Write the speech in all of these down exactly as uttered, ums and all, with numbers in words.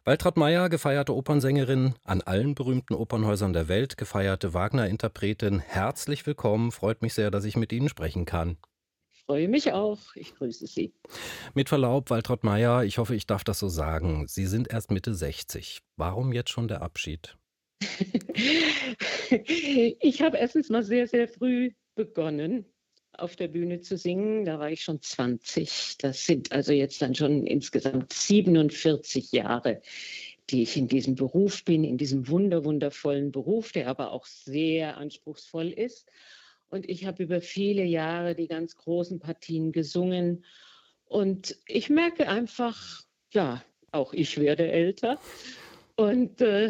Waltraud Mayer, gefeierte Opernsängerin, an allen berühmten Opernhäusern der Welt, gefeierte Wagner-Interpretin. Herzlich willkommen, freut mich sehr, dass ich mit Ihnen sprechen kann. Freue mich auch. Ich grüße Sie. Mit Verlaub, Waltraud Mayer, ich hoffe, ich darf das so sagen. Sie sind erst Mitte sechzig. Warum jetzt schon der Abschied? Ich habe erstens mal sehr, sehr früh begonnen, auf der Bühne zu singen. Da war ich schon zwanzig. Das sind also jetzt dann schon insgesamt siebenundvierzig Jahre, die ich in diesem Beruf bin, in diesem wunder wundervollen Beruf, der aber auch sehr anspruchsvoll ist. Und ich habe über viele Jahre die ganz großen Partien gesungen. Und ich merke einfach, ja, auch ich werde älter. Und äh,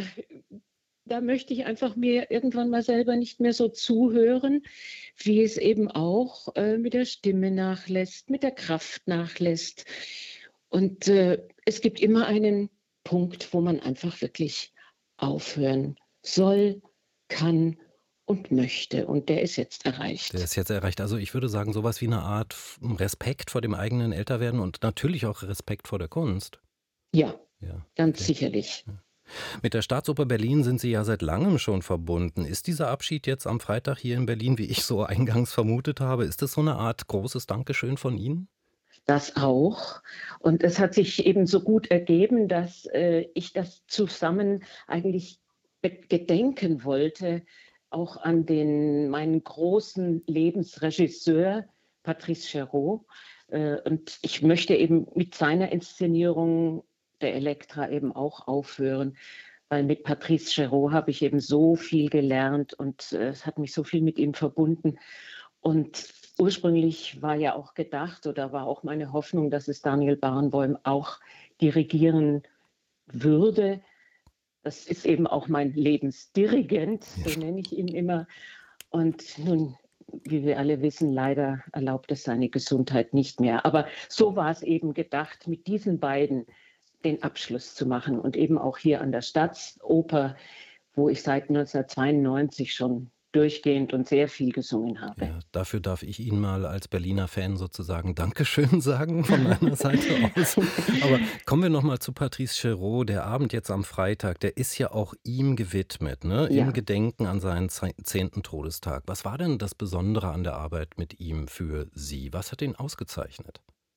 da möchte ich einfach mir irgendwann mal selber nicht mehr so zuhören, wie es eben auch äh, mit der Stimme nachlässt, mit der Kraft nachlässt. Und äh, es gibt immer einen Punkt, wo man einfach wirklich aufhören soll, kann und möchte. Und der ist jetzt Der erreicht. ist jetzt erreicht. Also ich würde sagen, sowas wie eine Art f- Respekt vor dem eigenen Älterwerden und natürlich auch Respekt vor der Kunst. Ja, Ja, ganz okay. sicherlich. Mit der Staatsoper Berlin sind Sie ja seit langem schon verbunden. Ist dieser Abschied jetzt am Freitag hier in Berlin, wie ich so eingangs vermutet habe, ist das so eine Art großes Dankeschön von Ihnen? Das auch. Und es hat sich eben so gut ergeben, dass äh, ich das zusammen eigentlich be gedenken wollte, auch an den meinen großen Lebensregisseur Patrice Chéreau. Äh, und ich möchte eben mit seiner Inszenierung der Elektra eben auch aufhören, weil mit Patrice Chéreau habe ich eben so viel gelernt und äh, es hat mich so viel mit ihm verbunden. Und ursprünglich war ja auch gedacht oder war auch meine Hoffnung, dass es Daniel Barenboim auch dirigieren würde. Das ist eben auch mein Lebensdirigent, Ja, so nenne ich ihn immer. Und nun, wie wir alle wissen, leider erlaubt es seine Gesundheit nicht mehr. Aber so war es eben gedacht, mit diesen beiden den Abschluss zu machen und eben auch hier an der Staatsoper, wo ich seit neunzehnhundertzweiundneunzig schon durchgehend und sehr viel gesungen habe. Ja, dafür darf ich Ihnen mal als Berliner Fan sozusagen Dankeschön sagen von meiner Seite aus. Aber kommen wir noch mal zu Patrice Chéreau. Der Abend jetzt am Freitag, der ist ja auch ihm gewidmet, ne? Im Ja, Gedenken an seinen zei zehnten Todestag. Was war denn das Besondere an der Arbeit mit ihm für Sie? Was hat ihn ausgezeichnet?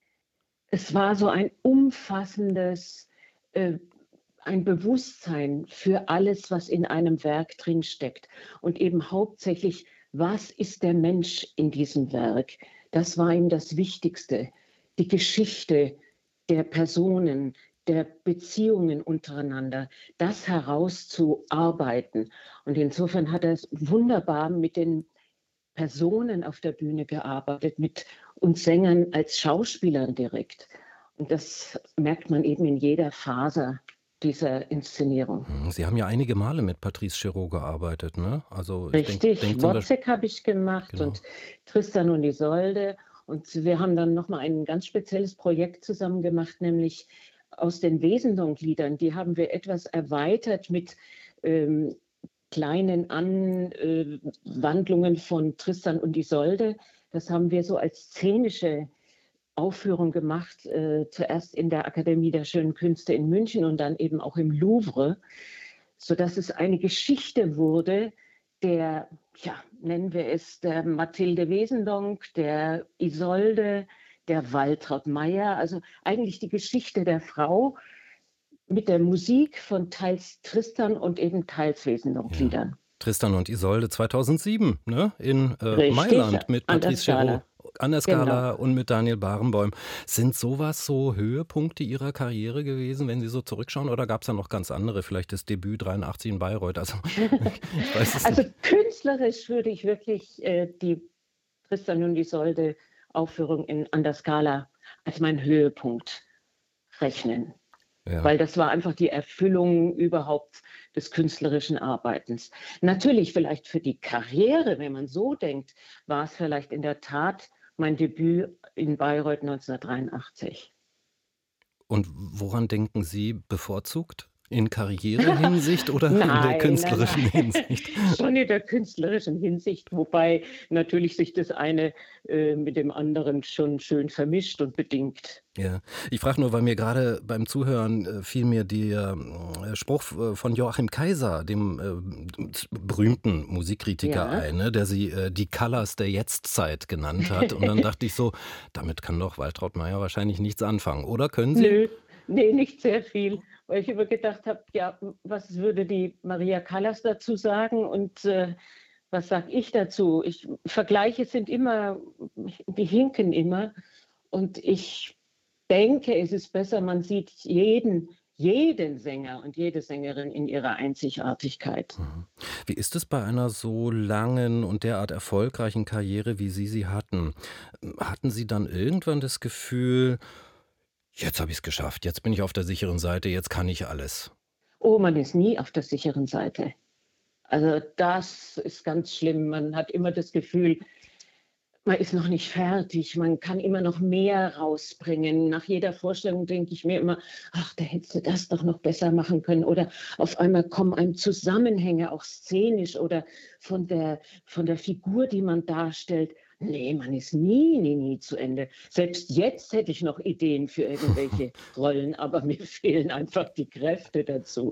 es war so ein umfassendes, äh, ein Bewusstsein für alles, was in einem Werk drinsteckt und eben hauptsächlich, was ist der Mensch in diesem Werk? Das war ihm das Wichtigste. Die Geschichte der Personen, der Beziehungen untereinander, das herauszuarbeiten. Und insofern hat er es wunderbar mit den Personen auf der Bühne gearbeitet, mit uns Sängern als Schauspielern direkt. Und das merkt man eben in jeder Faser dieser Inszenierung. Hm, Sie haben ja einige Male mit Patrice Chéreau gearbeitet, ne? Also, ich denke denke Richtig, denk zum Beispiel Wozzeck habe ich gemacht genau. und Tristan und Isolde. Und wir haben dann noch mal ein ganz spezielles Projekt zusammen gemacht, nämlich aus den Wesendonck-Liedern. Die haben wir etwas erweitert mit ähm, kleinen Anwandlungen von Tristan und Isolde. Das haben wir so als szenische Aufführung gemacht, äh, zuerst in der Akademie der Schönen Künste in München und dann eben auch im Louvre, sodass es eine Geschichte wurde der, ja, nennen wir es, der Mathilde Wesendonck, der Isolde, der Waltraud Mayer, also eigentlich die Geschichte der Frau mit der Musik von teils Tristan und eben teils Ja. Wesendonck-Liedern. Tristan und Isolde zweitausendsieben, ne, in, äh, Richtig, Mailand mit an der Patrice Chéreau Skala. an der Genau. Scala und mit Daniel Barenboim. Sind sowas so Höhepunkte Ihrer Karriere gewesen, wenn Sie so zurückschauen, oder gab's da noch ganz andere, vielleicht das Debüt dreiundachtzig in Bayreuth? Also, ich weiß es Also nicht. künstlerisch würde ich wirklich äh, die Tristan und Isolde Aufführung in, an der Scala als meinen Höhepunkt rechnen. Ja. Weil das war einfach die Erfüllung überhaupt des künstlerischen Arbeitens. Natürlich vielleicht für die Karriere, wenn man so denkt, war es vielleicht in der Tat mein Debüt in Bayreuth neunzehnhundertdreiundachtzig. Und woran denken Sie bevorzugt? In Karrierehinsicht oder in der Nein, nein, künstlerischen nein. Hinsicht? Schon in der künstlerischen Hinsicht, wobei natürlich sich das eine, äh, mit dem anderen schon schön vermischt und bedingt. Ja, ich frage nur, weil mir gerade beim Zuhören, äh, fiel mir der, hm, Spruch v äh, von Joachim Kaiser, dem, ähm, z berühmten Musikkritiker Ja. ein, ne, der sie, äh, die Colors der Jetztzeit genannt hat. Und dann dachte ich so: „Damit kann doch Waltraud Mayer wahrscheinlich nichts anfangen“, oder können Sie? Nö, ne, nicht sehr viel, weil ich immer gedacht habe: „Ja, hm, was würde die Maria Callas dazu sagen und, äh, was sage ich dazu?“ Ich Vergleiche sind immer die hinken immer und ich denke, es ist besser, man sieht jeden jeden Sänger und jede Sängerin in ihrer Einzigartigkeit. Mhm. Wie ist es bei einer so langen und derart erfolgreichen Karriere, wie Sie sie hatten? Hm, hatten Sie dann irgendwann das Gefühl: „Jetzt habe ich's geschafft, jetzt bin ich auf der sicheren Seite, jetzt kann ich alles“? Oh, man ist nie auf der sicheren Seite. Also, das ist ganz schlimm. Man hat immer das Gefühl, man ist noch nicht fertig, man kann immer noch mehr rausbringen. Nach jeder Vorstellung denke ich mir immer: „Ach, da hättest du das doch noch besser machen können.“ Oder auf einmal kommen einem Zusammenhänge, auch szenisch oder von der von der Figur, die man darstellt. Ne, man ist nie, nie, nie zu Ende. Selbst jetzt hätte ich noch Ideen für irgendwelche Rollen, aber mir fehlen einfach die Kräfte dazu.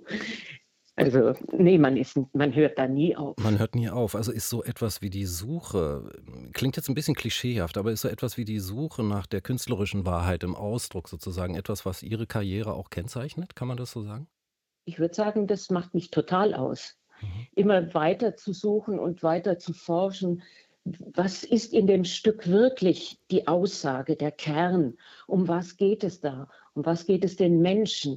Also, ne, man ist man hört da nie auf. Man hört nie auf. Also ist so etwas wie die Suche hm, klingt jetzt 'n bisschen klischeehaft, aber ist so etwas wie die Suche nach der künstlerischen Wahrheit im Ausdruck sozusagen etwas, was Ihre Karriere auch kennzeichnet? Kann man das so sagen? Ich würde sagen, das macht mich total aus. Mhm. Immer weiter zu suchen und weiter zu forschen. W was ist in dem Stück wirklich die Aussage, der Kern? Um was geht es da? Um was geht es den Menschen?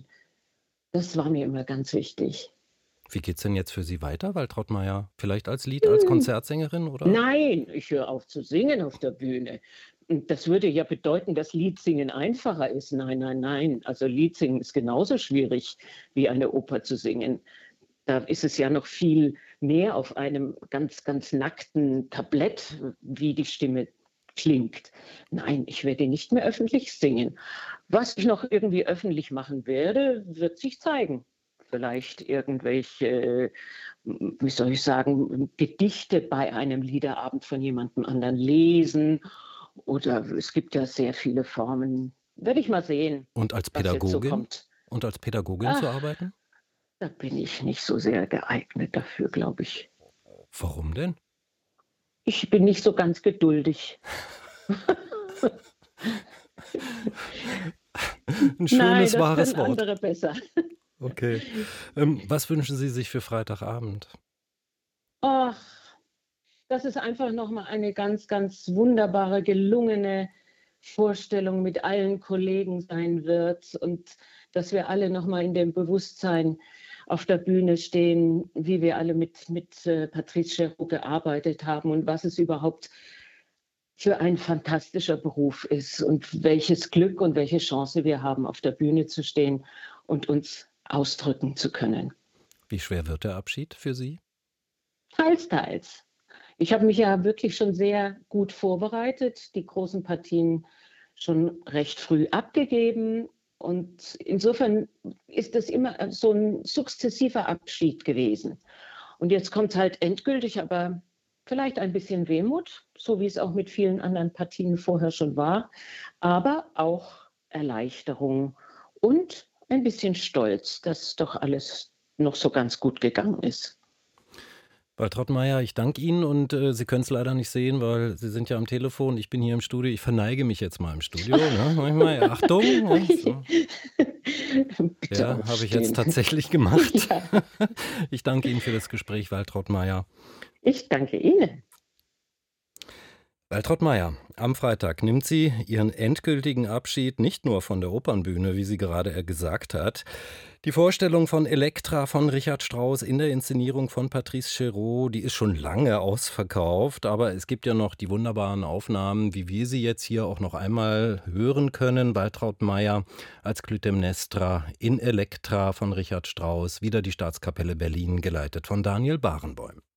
Das war mir immer ganz wichtig. Wie geht's denn jetzt für Sie weiter, Waltraud Mayer? Vielleicht als Lied als Hm, Konzertsängerin, oder? nein, ich höre auf zu singen auf der Bühne. Hm, das würde ja bedeuten, dass Liedsingen einfacher ist. Nein, nein, nein. Also, Liedsingen ist genauso schwierig wie eine Oper zu singen. Da ist es ja noch viel mehr auf einem ganz, ganz nackten Tablett, w wie die Stimme klingt. Nein, ich werde nicht mehr öffentlich singen. Was ich noch irgendwie öffentlich machen werde, wird sich zeigen. Vielleicht irgendwelche, hm, wie soll ich sagen, hm, Gedichte bei einem Liederabend von jemandem anderen lesen oder es gibt ja sehr viele Formen. Werde ich mal sehen, Und als was jetzt so Pädagogin? kommt. Und als Pädagogin zu Ach, arbeiten? da bin ich nicht so sehr geeignet dafür, glaube ich. Warum denn? Ich bin nicht so ganz geduldig. 'N Nein, schönes, das können wahres Wort. andere besser. Okay. Ähm, was wünschen Sie sich für Freitagabend? Ach, dass es einfach noch mal eine ganz, ganz wunderbare, gelungene Vorstellung mit allen Kollegen sein wird und dass wir alle noch mal in dem Bewusstsein auf der Bühne stehen, wie wir alle mit mit, äh, Patrice Chéreau gearbeitet haben und was es überhaupt für ein fantastischer Beruf ist und welches Glück und welche Chance wir haben, auf der Bühne zu stehen und uns ausdrücken zu können. Wie schwer wird der Abschied für Sie? Teils, teils. Ich habe mich ja wirklich schon sehr gut vorbereitet, die großen Partien schon recht früh abgegeben und insofern ist das immer, äh, so 'n sukzessiver Abschied gewesen. Und jetzt kommt's halt endgültig, aber vielleicht ein bisschen Wehmut, so wie es auch mit vielen anderen Partien vorher schon war, aber auch Erleichterung und ein bisschen Stolz, dass doch alles noch so ganz gut gegangen ist. Waltraud Mayer, ich danke Ihnen und, äh, Sie können's leider nicht sehen, weil Sie sind ja am Telefon. Ich bin hier im Studio. Ich verneige mich jetzt mal im Studio, ne? Manchmal Achtung, ne, so. Bitte Ja, habe ich jetzt aufstehen. tatsächlich gemacht. Ja. Ich danke Ihnen für das Gespräch, Waltraud Mayer. Ich danke Ihnen. Waltraud Mayer, am Freitag nimmt sie ihren endgültigen Abschied nicht nur von der Opernbühne, wie sie gerade, äh, gesagt hat. Die Vorstellung von Elektra von Richard Strauss in der Inszenierung von Patrice Chéreau, die ist schon lange ausverkauft, aber es gibt ja noch die wunderbaren Aufnahmen, wie wir sie jetzt hier auch noch einmal hören können. Waltraud Mayer als Clytemnestra in Elektra von Richard Strauss, wieder die Staatskapelle Berlin, geleitet von Daniel Barenboim.